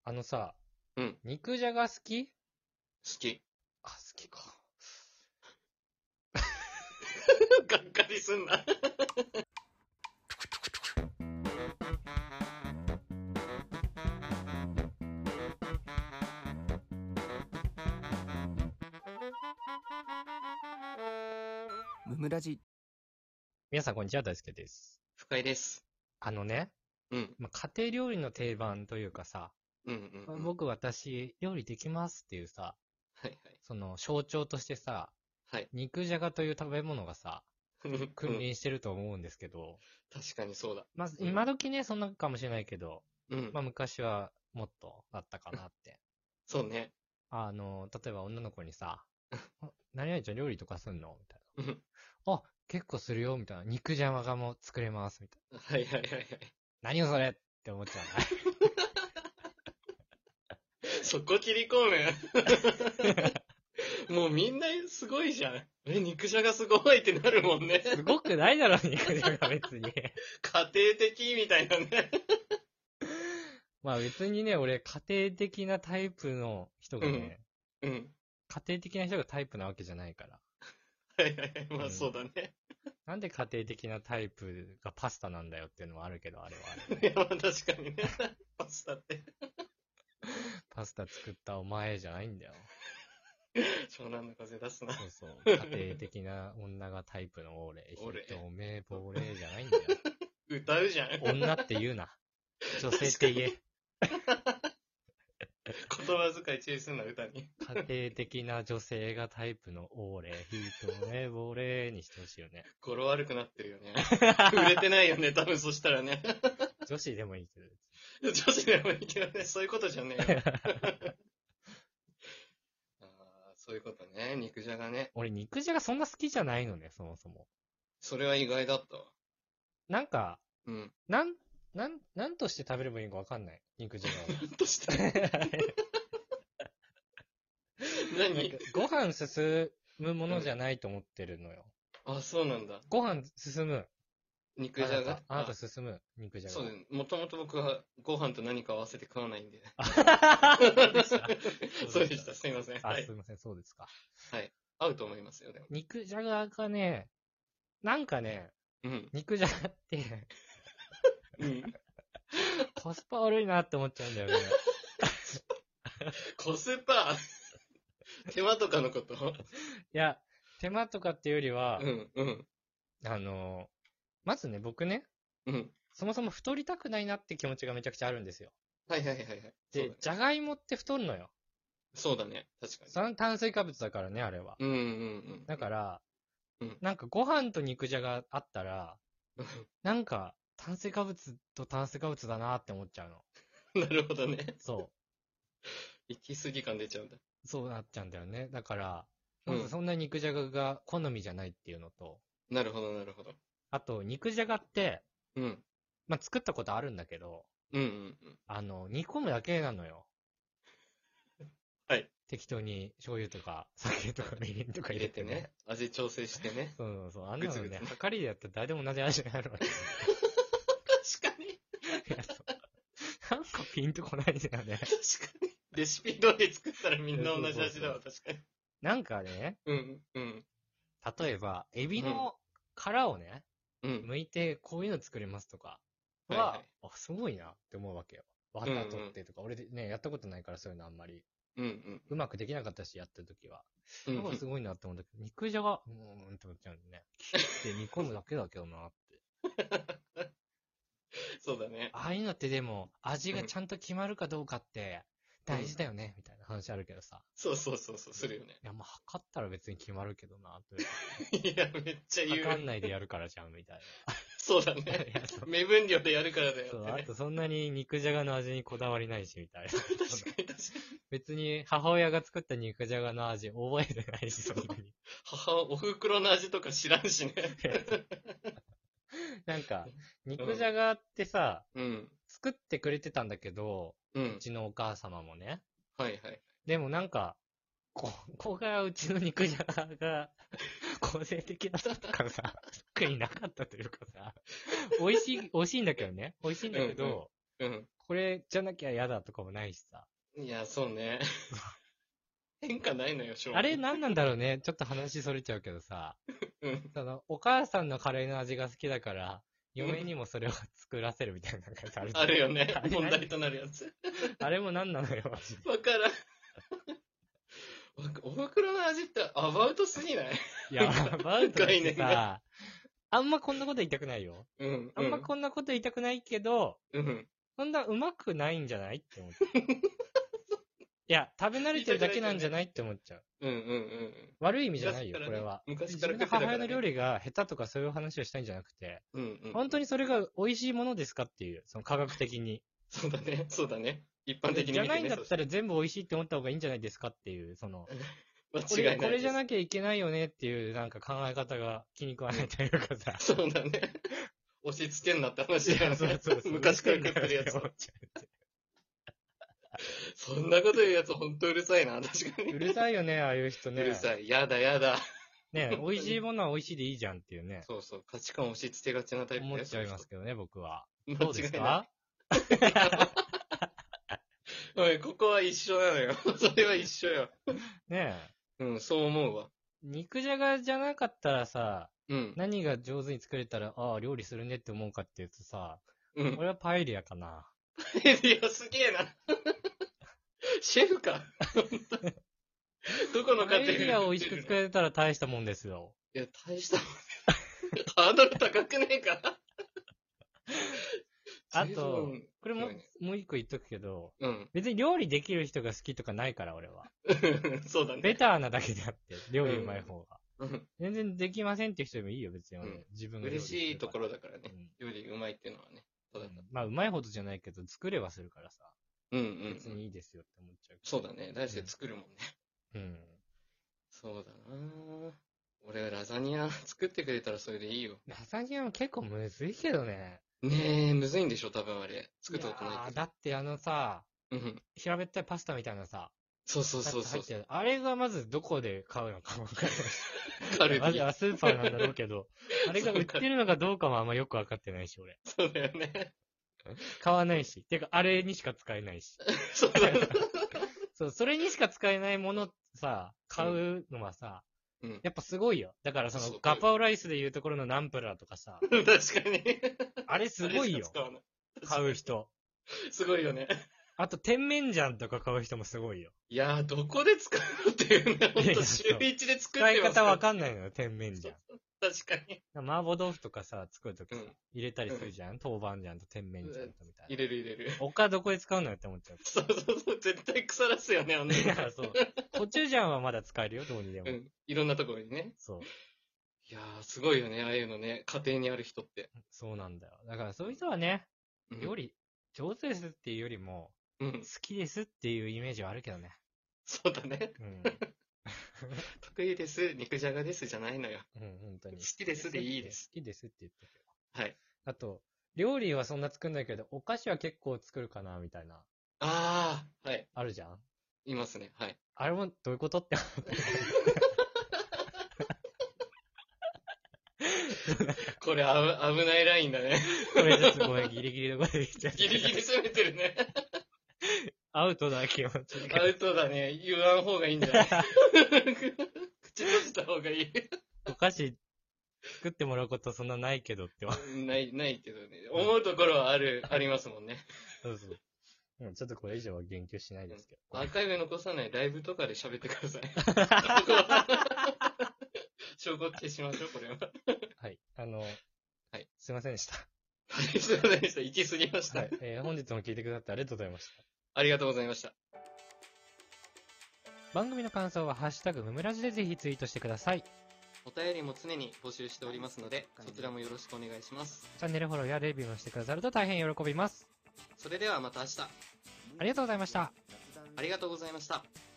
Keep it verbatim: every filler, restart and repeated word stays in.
あのさ、 うん。 肉じゃが好き？ 好き。 あ、好きか。 がっかりすんな。 ムムラジ。 皆さんこんにちは、大輔です。 深井です。 あのね、 うん。 まあ、家庭料理の定番というかさ、 うんうんまあうん。 僕私料理できますっていうさ、 はいはい。 その象徴としてさ、 はい。 肉じゃがという食べ物がさ、 うん君臨してると思うんですけど、 確かにそうだ。 まずうん今時ね、そんなかもしれないけど、 うん。 まあ昔はもっとだったかなって。 そうね。 あの、例えば女の子にさ、あ何々ちゃん料理とかすんのみたいうんな。あ、結構するよみたいな。肉じゃがも作れますみたいな。 はいはいはいはい。 何をそれって思っちゃうね。 そこ切り込む。もうみんなすごいじゃん。え、肉じゃがすごいってなるもんね。 すごくないだろ、肉じゃが別に。 家庭的みたいなね。 まあ別にね、俺家庭的なタイプの人がね、 うん。 家庭的な人がタイプなわけじゃないから。 はいはいはい。まあうんそうだね。 なんで家庭的なタイプがパスタなんだよっていうのはあるけど、あれはあれいで。 やまあ確かにね。パスタって。 パスタ作ったお前じゃないんだよ。 湘南の風出すな。 そうそう。家庭的な女がタイプの俺、 俺一目惚れじゃないんだよ。 歌うじゃん。 女って言うな。女性って言え。 言葉遣い注意すんな、歌に。 家庭的な女性がタイプの俺、一目惚れにしてほしいよね。 語呂悪くなってるよね。売れてないよね、多分そしたらね。 女子でもいいけど。 女子でもいいけどね、そういうことじゃねえよ。あーそういうことね、肉じゃがね。 俺、肉じゃがそんな好きじゃないのね、そもそも。 それは意外だったわ。 なんか、 うん。 なん、なん、なんとして食べればいいのかわかんない。肉じゃがを。 なんとして何なんかご飯進むものじゃないと思ってるのよ。 あ、そうなんだ。 ご飯進む。 肉じゃがあなた、あなた進む。肉じゃが。 そうだね。もともと僕はご飯と何か合わせて食わないんで。 そうでしたそうでした。すいません。 あ、 はいすい。ません、そうですか。 はい。合うと思いますよ、でも。 肉じゃががね、なんかね、 うん。 肉じゃがってうん。 コスパ悪いなって思っちゃうんだよね。 コスパ手間とかのこといや、手間とかっていうよりは、 うん、うん、 あの、まずね、僕ね、 うん。 そもそも太りたくないなって気持ちがめちゃくちゃあるんですよ。 はいはいはいはい。そうで、 だね。 じゃがいもって太るのよ。 そうだね。確かに。 その炭水化物だからね、あれは。 うんうんうん。 だから、 うんなんかご飯と肉じゃがあったら、なんか炭水化物と炭水化物だなって思っちゃうの。 なるほどね。 そ行き過ぎ感出ちゃうんだ。 う。そうなっちゃうんだよね。だから、 うんまずそんな肉じゃがが好みじゃないっていうのと、 なるほどなるほど。 あと、肉じゃがって、 うん。 まあ、作ったことあるんだけど、 うんうんうん。 あの、煮込むだけなのよ。 はい。 適当に醤油とか酒とかみりんとか入入れてれてね。 ね。味調整してね。 そうそうそう。あんなのね、 ぐつぐつねはかりでやったら誰でも同じ味になるわけ。い確かに。 や、そう。なんかピンとこないんだよね。 確かに。レシピ通り作ったらみんな同じ味だわ、確かに。 なんかね、 うんうん。 例えば、エビの殻をね、 うん。 剥いてこういうの作れますとかは、 はいはいあ、すごいなって思うわけよ。綿取ってとか、俺でね、やったことないからそういうのあんまり。 うんうん。 うまくできなかったし、やった時は。 うんなんかすごいなって思うんだけど、肉じゃが、うーんって思っちゃうんだよね。切って煮込むだけだけどなって。 そうだね。 ああいうのってでも、味がちゃんと決まるかどうかって大事だよね、みたいな話あるけどさ。 そうそうそうそう、するよね。 いや、まあ、測ったら別に決まるけどな、と。 いや、めっちゃ言う。 測んないでやるからじゃん、みたいそうだな。いね。 や、そう。 目分量でやるからだよそう、 ってね。 あとそんなに肉じゃがの味にこだわりないし、みたいな。 確かに確かに。 別に母親が作った肉じゃがの味覚えてないし、そんなに。 母、お袋の味とか知らんしね。 なんか、肉じゃがってさ、 うん。 作ってくれてたんだけど、 う。 うんちのお母様もね。 はいはい。 でもなんか、こ、こがうちの肉じゃがが、個性的だったからさ、特になかったというかさ、美味しい、美味しいんだけどね。美味しいんだけど、 うん。 これじゃなきゃ嫌だとかもないしさ。 いや、そうね。変化ないのよ、正直。 あれ何なんだろうね。ちょっと話それちゃうけどさ。 うん。 その、お母さんのカレーの味が好きだから、嫁にもそれを作らせるみたいな感じあるじゃんあるよねあれ。何問題となるやつ。 あれも何なのよ、マジで。 わからん。わお袋の味ってアバウトすぎない？ いや、バウトだって概念がさ、あんまこんなこと言いたくないよ。 うん。 あんまこんなこと言いたくないけど、 うん。 そんなうまくないんじゃないって思っちゃう。いや、食べ慣れてるだけなんじゃないって思っちゃう。 うんうんうん悪い意味じゃないよ、 昔からねこれは。 昔から自分の食ってたからね母親の料理が下手とかそういう話をしたいんじゃなくて、 うん。うんうん。 本当にそれが美味しいものですかっていう、その科学的に。 そうだね。そうだね。一般的に見てね。 じゃないんだったら全部美味しいって思った方がいいんじゃないですかっていう、その、 間これ、 違いないです。 これじゃなきゃいけないよねっていうなんか考え方が気に食わないというかさ。 そうだね。押し付けんなって話だよね。 そうそうそう昔から食ってるやつうる。 そんなこと言うやつほんとうるさいな、確かに。 うるさいよね、ああいう人ね。 うるさい。やだやだ。 ね、美味しいものは美味しいでいいじゃんっていうね。 そうそう。価値観押し付けがちなタイプ思っちゃいますけどね、僕は。 どどうですかおい、ここは一緒なのよ。それは一緒よ。 ねえ。 うん、そう思うわ。 肉じゃがじゃなかったらさ、 うん。 何が上手に作れたら、ああ、料理するねって思うかっていうとさ、 うん。 俺はパエリアかな。 いや、すげえな。シェフか。どこのパ家庭エリアを美味しく作れたら大したもんですよ。 いや、大したもん。ハードル高くねえか。 あと、これもすごいね、 もう一個言っとくけど、 うん。 別に料理できる人が好きとかないから、俺は。 そうだね。 ベターなだけであって、料理うまい方が。 うん全然できませんっていう人でもいいよ、別に俺。 うん自分が料理嬉しいところだからね。 うん料理うまいっていうのはね。そうだった。 まあ、うまいほどじゃないけど、作れはするからさ。 うんうん別にいいですよって思っちゃう。 そうだね。大して作るもんね。 うん。 そうだな俺はラザニア作ってくれたらそれでいいよ。 ラザニアも結構むずいけどね。 ねえ、むずいんでしょ多分あれ。作ったこといやーないけど。 だってあのさ、 うん。 平べったいパスタみたいなさ、 そうそうそうそう入ってるあれがまずどこで買うのかわかんカルない。まずディ。 はスーパーなんだろうけど、あれが売ってるのかどうかもあんまよくわかってないし、俺。 そうだよね。 買わないし。てか、あれにしか使えないし。 そうだよね。 そう、それにしか使えないものさ、買うのはさ、 うん。 やっぱすごいよ。だからそそうの、ガパオライスでいうところのナンプラーとかさ、 確かに。 あれすごいよあれしか。使わない買う人。 すごいよね。 あと、甜麺醤とか買う人もすごいよ。 いやー、どこで使うのっていうね。ほんいやいやと週一で作って使い方わんかんないのよ、甜麺醤。 確かに。 麻婆豆腐とかさ、作るときさ、 うん入れたりするじゃん、豆板醤と甜麺醤とみたい入な。 れる入れる。 他どこで使うのよって思っちゃう。 そうそうそう。絶対腐らすよね、あんなの。 いや、そう。コチュジャンはまだ使えるよ、どうにでも。 うん。いろんなところにね。 そう。 いやー、すごいよね、ああいうのね。家庭にある人って。 そうなんだよ。だからそういう人はね、 うん料理上手ですっていうよりも、 うん好。きですっていうイメージはあるけどね。 そうだね。 うん。 得意です、肉じゃがですじゃないのよ。 うん、本当に。 好きですでいいです。 好きですって言ってるよ。 はい。 あと、料理はそんな作んないけど、お菓子は結構作るかな、みたいな。 あー、はい。 あるじゃんいますね。はい。 あれもどういうことって。 これあぶ危ないラインだね。 これちょっとごめん、ギリギリの声で言っちゃった。 ギリギリ攻めてるね。 アウトだ、気持ちが。 アウトだね。言わん方がいいんじゃない口閉じた方がいい。 お菓子作ってもらうことそんなないけどってわ。 ない、ないけどね。思うところはある、ありますもんね。 そうそう。うん、ちょっとこれ以上は言及しないですけど。 アーカイブ残さないライブとかで喋ってください。証拠消しましょう、これは。 はい。あの、 はい。 すいませんでした。 はい、すいませんでした。行き過ぎました。 はい。えー本日も聞いてくださってありがとうございました。 ありがとうございました。 番組の感想は、ハッシュタグムムラジでぜひツイートしてください。チお便りも常に募集しておりますので、そちらもよろしくお願いします。 ャンネルフォローやレビューもしてくださると大変喜びます。 それではまた明日、 ありがとうございました。 ありがとうございました。